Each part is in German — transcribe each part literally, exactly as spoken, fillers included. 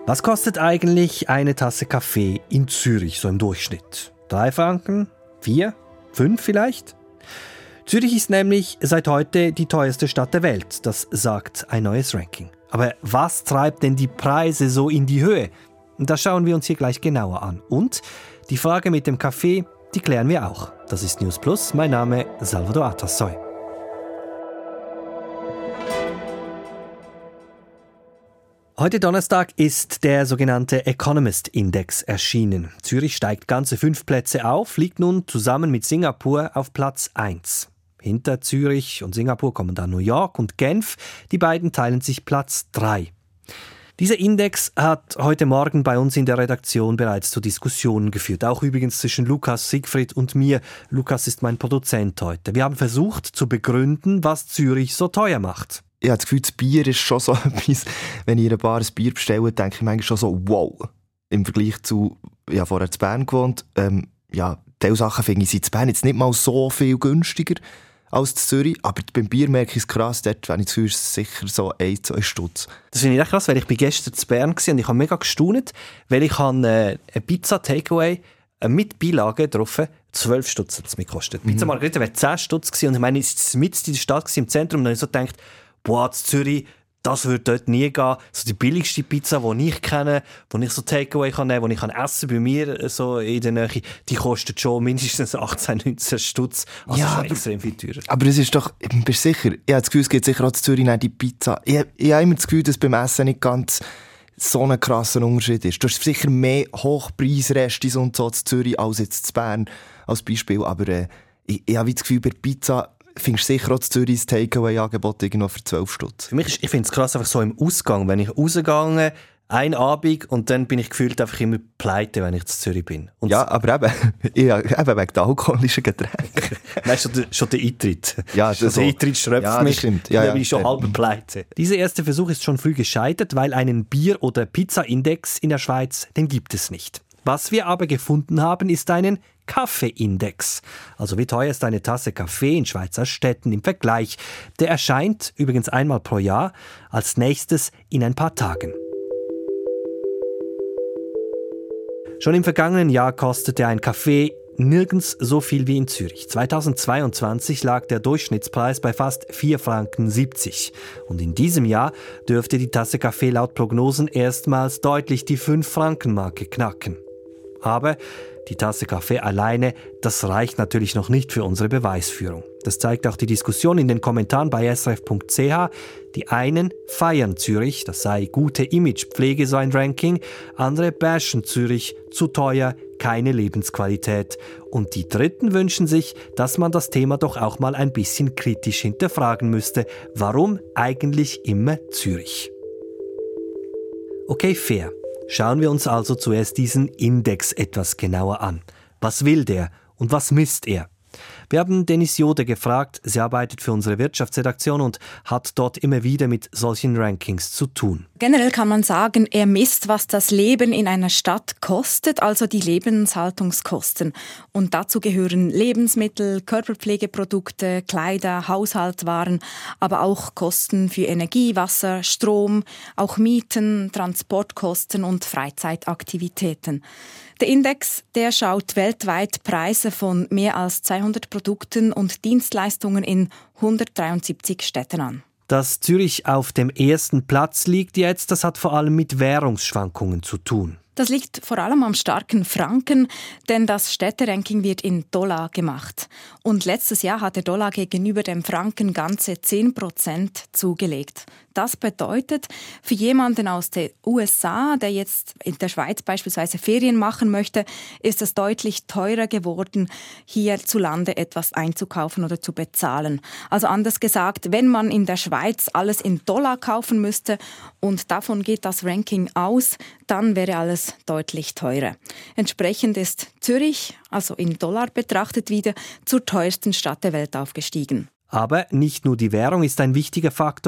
Was kostet eigentlich eine Tasse Kaffee in Zürich so im Durchschnitt? Drei Franken? Vier? Fünf vielleicht? Zürich ist nämlich seit heute die teuerste Stadt der Welt, das sagt ein neues Ranking. Aber was treibt denn die Preise so in die Höhe? Das schauen wir uns hier gleich genauer an. Und die Frage mit dem Kaffee, die klären wir auch. Das ist News Plus, mein Name ist Salvador Atassoy. Heute Donnerstag ist der sogenannte Economist-Index erschienen. Zürich steigt ganze fünf Plätze auf, liegt nun zusammen mit Singapur auf Platz eins. Hinter Zürich und Singapur kommen dann New York und Genf. Die beiden teilen sich Platz drei. Dieser Index hat heute Morgen bei uns in der Redaktion bereits zu Diskussionen geführt. Auch übrigens zwischen Lukas, Siegfried und mir. Lukas ist mein Produzent heute. Wir haben versucht zu begründen, was Zürich so teuer macht. Ich habe das Gefühl, das Bier ist schon so etwas, wenn ich in einer Bar ein Bier bestelle, denke ich manchmal schon so, wow. Im Vergleich zu, ich habe vorher in Bern gewohnt, ähm, ja, diese Sachen finde ich in Bern jetzt nicht mal so viel günstiger als in Zürich, aber beim Bier merke ich es krass, dort, wenn ich das Gefühl, ist es sicher so ein, zwei Stutz. Das finde ich echt krass, weil ich bin gestern in Bern war und ich habe mega gestaunt, weil ich habe äh, eine Pizza Takeaway äh, mit Beilage drauf, zwölf Stutz hat es mir gekostet. Mhm. Pizza Margherita wäre zehn Stutz gewesen und ich meine, es war mitten in der Stadt, im Zentrum, und dann habe ich so gedacht, boah, in Zürich, das würde dort nie gehen. So die billigste Pizza, die ich kenne, die ich so Takeaway kann nehmen, die ich kann essen bei mir so in der Nähe, die kostet schon mindestens achtzehn, neunzehn Stutz. Also ja, schon aber, extrem viel teurer. Aber es ist doch, ich bin sicher, ich habe das Gefühl, es gibt sicher auch in Zürich nicht die Pizza. Ich, ich habe immer das Gefühl, dass beim Essen nicht ganz so ein krasser Unterschied ist. Du hast sicher mehr Hochpreisrestis und so in Zürich als jetzt in Bern als Beispiel. Aber äh, ich, ich habe das Gefühl, bei Pizza findest du sicher auch in Zürich das Takeaway-Angebot irgendwo für zwölf Stutz. Für mich ist, ich finde es krass einfach so im Ausgang, wenn ich rausgehe, ein Abend und dann bin ich gefühlt einfach immer pleite, wenn ich in Zürich bin. Und ja, aber eben, ja, eben wegen der alkoholischen Getränke. Nein, schon der, schon der Eintritt. Ja, schon so. Der Eintritt schröpft ja, mich, stimmt. Ja, dann ja, bin ich schon ja. halb pleite. Dieser erste Versuch ist schon früh gescheitert, weil einen Bier- oder Pizza-Index in der Schweiz, den gibt es nicht. Was wir aber gefunden haben, ist einen Kaffee-Index. Also wie teuer ist eine Tasse Kaffee in Schweizer Städten im Vergleich? Der erscheint übrigens einmal pro Jahr, als nächstes in ein paar Tagen. Schon im vergangenen Jahr kostete ein Kaffee nirgends so viel wie in Zürich. zweitausendzweiundzwanzig lag der Durchschnittspreis bei fast vier Franken siebzig. Und in diesem Jahr dürfte die Tasse Kaffee laut Prognosen erstmals deutlich die fünf Franken Marke knacken. Aber die Tasse Kaffee alleine, das reicht natürlich noch nicht für unsere Beweisführung. Das zeigt auch die Diskussion in den Kommentaren bei s r f punkt c h. Die einen feiern Zürich, das sei gute Imagepflege, so ein Ranking. Andere bashen Zürich, zu teuer, keine Lebensqualität. Und die Dritten wünschen sich, dass man das Thema doch auch mal ein bisschen kritisch hinterfragen müsste. Warum eigentlich immer Zürich? Okay, fair. Schauen wir uns also zuerst diesen Index etwas genauer an. Was will der und was misst er? Wir haben Denise Jode gefragt, sie arbeitet für unsere Wirtschaftsredaktion und hat dort immer wieder mit solchen Rankings zu tun. Generell kann man sagen, er misst, was das Leben in einer Stadt kostet, also die Lebenshaltungskosten. Und dazu gehören Lebensmittel, Körperpflegeprodukte, Kleider, Haushaltswaren, aber auch Kosten für Energie, Wasser, Strom, auch Mieten, Transportkosten und Freizeitaktivitäten. Der Index, der schaut weltweit Preise von mehr als zweihundert Produkten und Dienstleistungen in hundertdreiundsiebzig Städten an. Dass Zürich auf dem ersten Platz liegt jetzt, das hat vor allem mit Währungsschwankungen zu tun. Das liegt vor allem am starken Franken, denn das Städteranking wird in Dollar gemacht. Und letztes Jahr hat der Dollar gegenüber dem Franken ganze zehn Prozent zugelegt. Das bedeutet, für jemanden aus den U S A, der jetzt in der Schweiz beispielsweise Ferien machen möchte, ist es deutlich teurer geworden, hierzulande etwas einzukaufen oder zu bezahlen. Also anders gesagt, wenn man in der Schweiz alles in Dollar kaufen müsste und davon geht das Ranking aus, dann wäre alles deutlich teurer. Entsprechend ist Zürich, also in Dollar betrachtet, wieder zur teuersten Stadt der Welt aufgestiegen. Aber nicht nur die Währung ist ein wichtiger Faktor,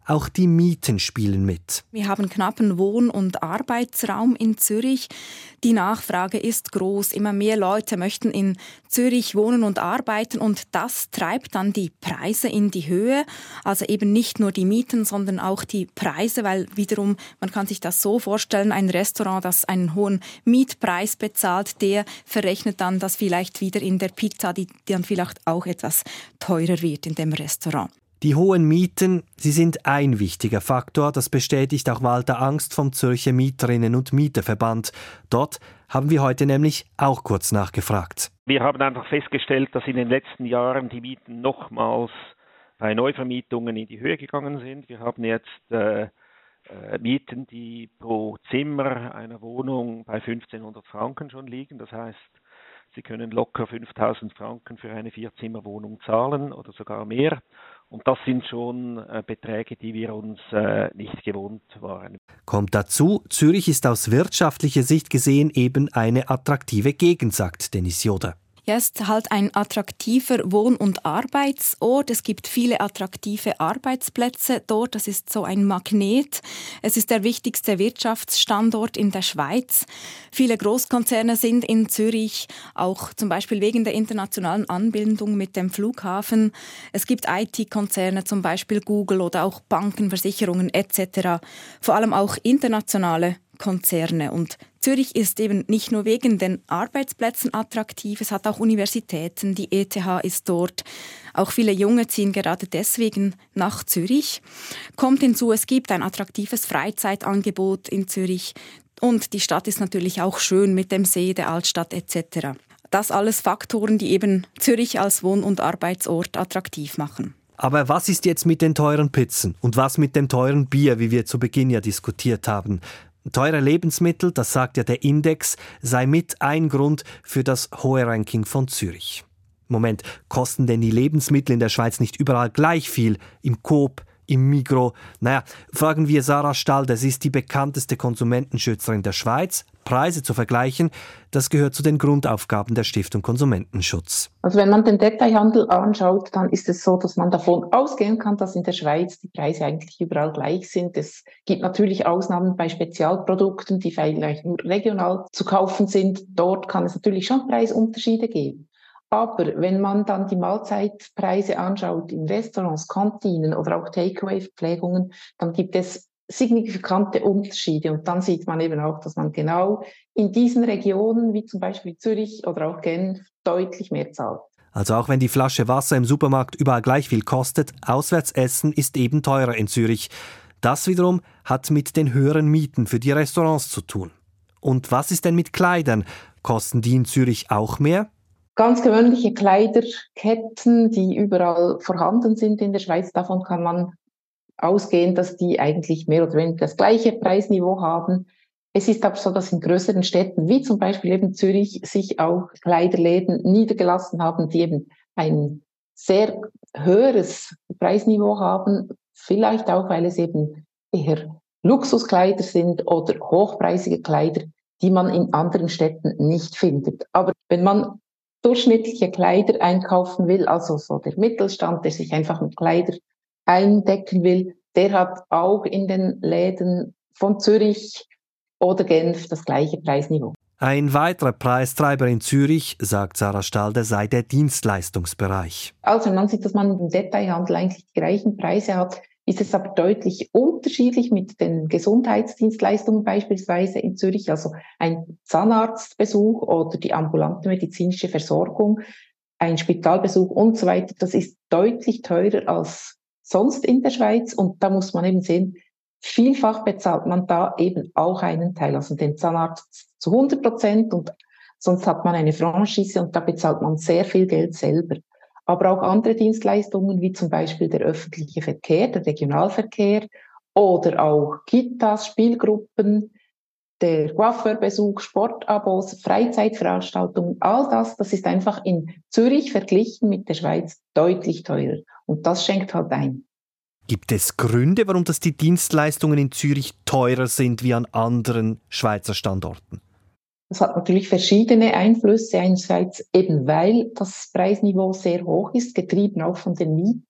Auch die Mieten spielen mit. Wir haben knappen Wohn- und Arbeitsraum in Zürich. Die Nachfrage ist groß. Immer mehr Leute möchten in Zürich wohnen und arbeiten und das treibt dann die Preise in die Höhe. Also eben nicht nur die Mieten, sondern auch die Preise, weil wiederum, man kann sich das so vorstellen, ein Restaurant, das einen hohen Mietpreis bezahlt, der verrechnet dann das vielleicht wieder in der Pizza, die dann vielleicht auch etwas teurer wird in dem Restaurant. Die hohen Mieten, sie sind ein wichtiger Faktor, das bestätigt auch Walter Angst vom Zürcher Mieterinnen- und Mieterverband. Dort haben wir heute nämlich auch kurz nachgefragt. Wir haben einfach festgestellt, dass in den letzten Jahren die Mieten nochmals bei Neuvermietungen in die Höhe gegangen sind. Wir haben jetzt äh, äh, Mieten, die pro Zimmer einer Wohnung bei fünfzehnhundert Franken schon liegen. Das heißt, Sie können locker fünftausend Franken für eine Vierzimmerwohnung zahlen oder sogar mehr. Und das sind schon äh, Beträge, die wir uns äh, nicht gewohnt waren. Kommt dazu, Zürich ist aus wirtschaftlicher Sicht gesehen eben eine attraktive Gegend, sagt Dennis Joder. Ja, es ist halt ein attraktiver Wohn- und Arbeitsort. Es gibt viele attraktive Arbeitsplätze dort. Das ist so ein Magnet. Es ist der wichtigste Wirtschaftsstandort in der Schweiz. Viele Großkonzerne sind in Zürich, auch zum Beispiel wegen der internationalen Anbindung mit dem Flughafen. Es gibt I T-Konzerne, zum Beispiel Google oder auch Banken, Versicherungen et cetera. Vor allem auch internationale Konzerne. Und Zürich ist eben nicht nur wegen den Arbeitsplätzen attraktiv, es hat auch Universitäten, die E T H ist dort. Auch viele Junge ziehen gerade deswegen nach Zürich. Kommt hinzu, es gibt ein attraktives Freizeitangebot in Zürich und die Stadt ist natürlich auch schön mit dem See, der Altstadt et cetera. Das alles Faktoren, die eben Zürich als Wohn- und Arbeitsort attraktiv machen. Aber was ist jetzt mit den teuren Pizzen und was mit dem teuren Bier, wie wir zu Beginn ja diskutiert haben? Teure Lebensmittel, das sagt ja der Index, sei mit ein Grund für das hohe Ranking von Zürich. Moment, kosten denn die Lebensmittel in der Schweiz nicht überall gleich viel? Im Coop, im Migros? Naja, fragen wir Sarah Stalder, sie ist die bekannteste Konsumentenschützerin der Schweiz. Preise zu vergleichen, das gehört zu den Grundaufgaben der Stiftung Konsumentenschutz. Also wenn man den Detailhandel anschaut, dann ist es so, dass man davon ausgehen kann, dass in der Schweiz die Preise eigentlich überall gleich sind. Es gibt natürlich Ausnahmen bei Spezialprodukten, die vielleicht nur regional zu kaufen sind. Dort kann es natürlich schon Preisunterschiede geben. Aber wenn man dann die Mahlzeitpreise anschaut in Restaurants, Kantinen oder auch Takeaway-Verpflegungen, dann gibt es signifikante Unterschiede. Und dann sieht man eben auch, dass man genau in diesen Regionen, wie zum Beispiel Zürich oder auch Genf, deutlich mehr zahlt. Also auch wenn die Flasche Wasser im Supermarkt überall gleich viel kostet, Auswärtsessen ist eben teurer in Zürich. Das wiederum hat mit den höheren Mieten für die Restaurants zu tun. Und was ist denn mit Kleidern? Kosten die in Zürich auch mehr? Ganz gewöhnliche Kleiderketten, die überall vorhanden sind in der Schweiz, davon kann man ausgehen, dass die eigentlich mehr oder weniger das gleiche Preisniveau haben. Es ist aber so, dass in größeren Städten, wie zum Beispiel eben Zürich, sich auch Kleiderläden niedergelassen haben, die eben ein sehr höheres Preisniveau haben, vielleicht auch, weil es eben eher Luxuskleider sind oder hochpreisige Kleider, die man in anderen Städten nicht findet. Aber wenn man durchschnittliche Kleider einkaufen will, also so der Mittelstand, der sich einfach mit Kleider eindecken will, der hat auch in den Läden von Zürich oder Genf das gleiche Preisniveau. Ein weiterer Preistreiber in Zürich, sagt Sarah Stalder, sei der Dienstleistungsbereich. Also wenn man sieht, dass man im Detailhandel eigentlich die gleichen Preise hat, ist es aber deutlich unterschiedlich mit den Gesundheitsdienstleistungen beispielsweise in Zürich, also ein Zahnarztbesuch oder die ambulante medizinische Versorgung, ein Spitalbesuch und so weiter. Das ist deutlich teurer als sonst in der Schweiz und da muss man eben sehen, vielfach bezahlt man da eben auch einen Teil, also den Zahnarzt zu hundert Prozent und sonst hat man eine Franchise und da bezahlt man sehr viel Geld selber. Aber auch andere Dienstleistungen, wie zum Beispiel der öffentliche Verkehr, der Regionalverkehr oder auch Kitas, Spielgruppen, der Coiffeurbesuch, Sportabos, Freizeitveranstaltungen, all das, das ist einfach in Zürich verglichen mit der Schweiz deutlich teurer. Und das schenkt halt ein. Gibt es Gründe, warum das die Dienstleistungen in Zürich teurer sind wie an anderen Schweizer Standorten? Das hat natürlich verschiedene Einflüsse. Einerseits eben, weil das Preisniveau sehr hoch ist, getrieben auch von den Mieten.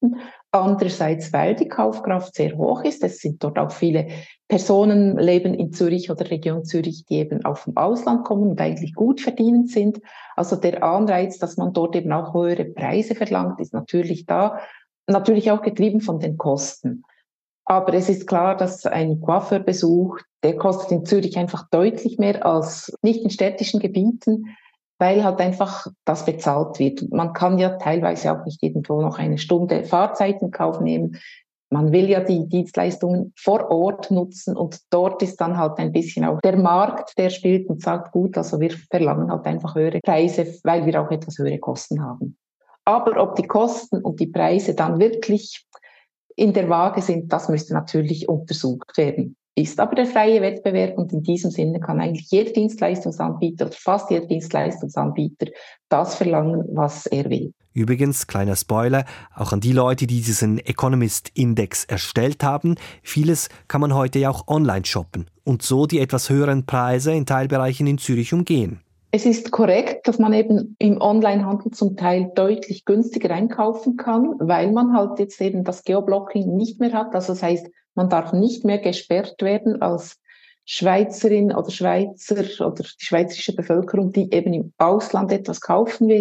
Andererseits, weil die Kaufkraft sehr hoch ist, es sind dort auch viele Personen leben in Zürich oder Region Zürich, die eben auch vom Ausland kommen und eigentlich gut verdienend sind. Also der Anreiz, dass man dort eben auch höhere Preise verlangt, ist natürlich da. Natürlich auch getrieben von den Kosten. Aber es ist klar, dass ein Coiffeurbesuch, der kostet in Zürich einfach deutlich mehr als nicht in städtischen Gebieten, weil halt einfach das bezahlt wird. Man kann ja teilweise auch nicht irgendwo noch eine Stunde Fahrzeit in Kauf nehmen. Man will ja die Dienstleistungen vor Ort nutzen und dort ist dann halt ein bisschen auch der Markt, der spielt und sagt, gut, also wir verlangen halt einfach höhere Preise, weil wir auch etwas höhere Kosten haben. Aber ob die Kosten und die Preise dann wirklich in der Waage sind, das müsste natürlich untersucht werden. Ist aber der freie Wettbewerb und in diesem Sinne kann eigentlich jeder Dienstleistungsanbieter oder fast jeder Dienstleistungsanbieter das verlangen, was er will. Übrigens, kleiner Spoiler, auch an die Leute, die diesen Economist-Index erstellt haben, vieles kann man heute ja auch online shoppen und so die etwas höheren Preise in Teilbereichen in Zürich umgehen. Es ist korrekt, dass man eben im Onlinehandel zum Teil deutlich günstiger einkaufen kann, weil man halt jetzt eben das Geoblocking nicht mehr hat. Also das heißt, man darf nicht mehr gesperrt werden als Schweizerin oder Schweizer oder die schweizerische Bevölkerung, die eben im Ausland etwas kaufen will.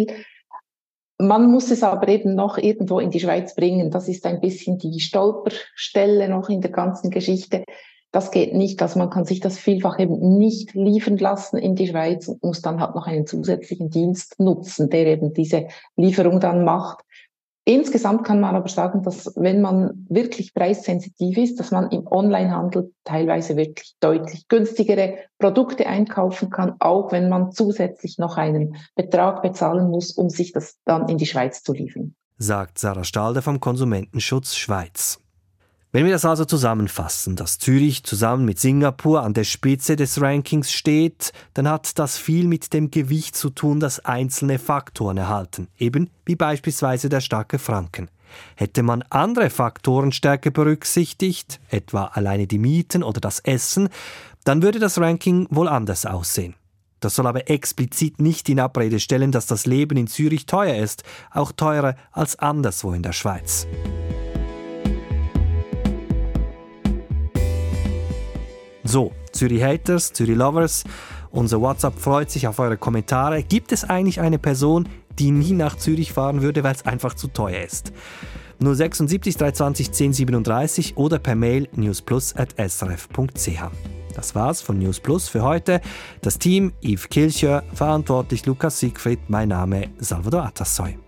Man muss es aber eben noch irgendwo in die Schweiz bringen. Das ist ein bisschen die Stolperstelle noch in der ganzen Geschichte. Das geht nicht, also man kann sich das vielfach eben nicht liefern lassen in die Schweiz und muss dann halt noch einen zusätzlichen Dienst nutzen, der eben diese Lieferung dann macht. Insgesamt kann man aber sagen, dass wenn man wirklich preissensitiv ist, dass man im Onlinehandel teilweise wirklich deutlich günstigere Produkte einkaufen kann, auch wenn man zusätzlich noch einen Betrag bezahlen muss, um sich das dann in die Schweiz zu liefern. Sagt Sarah Stalder vom Konsumentenschutz Schweiz. Wenn wir das also zusammenfassen, dass Zürich zusammen mit Singapur an der Spitze des Rankings steht, dann hat das viel mit dem Gewicht zu tun, das einzelne Faktoren erhalten, eben wie beispielsweise der starke Franken. Hätte man andere Faktoren stärker berücksichtigt, etwa alleine die Mieten oder das Essen, dann würde das Ranking wohl anders aussehen. Das soll aber explizit nicht in Abrede stellen, dass das Leben in Zürich teuer ist, auch teurer als anderswo in der Schweiz. So, Zürich-Haters, Zürich-Lovers, unser WhatsApp freut sich auf eure Kommentare. Gibt es eigentlich eine Person, die nie nach Zürich fahren würde, weil es einfach zu teuer ist? null sechsundsiebzig dreihundertzwanzig zehn siebenunddreißig oder per Mail newsplus at s r f punkt c h. Das war's von News Plus für heute. Das Team Yves Kilcher, verantwortlich Lukas Siegfried, mein Name Salvador Atassoy.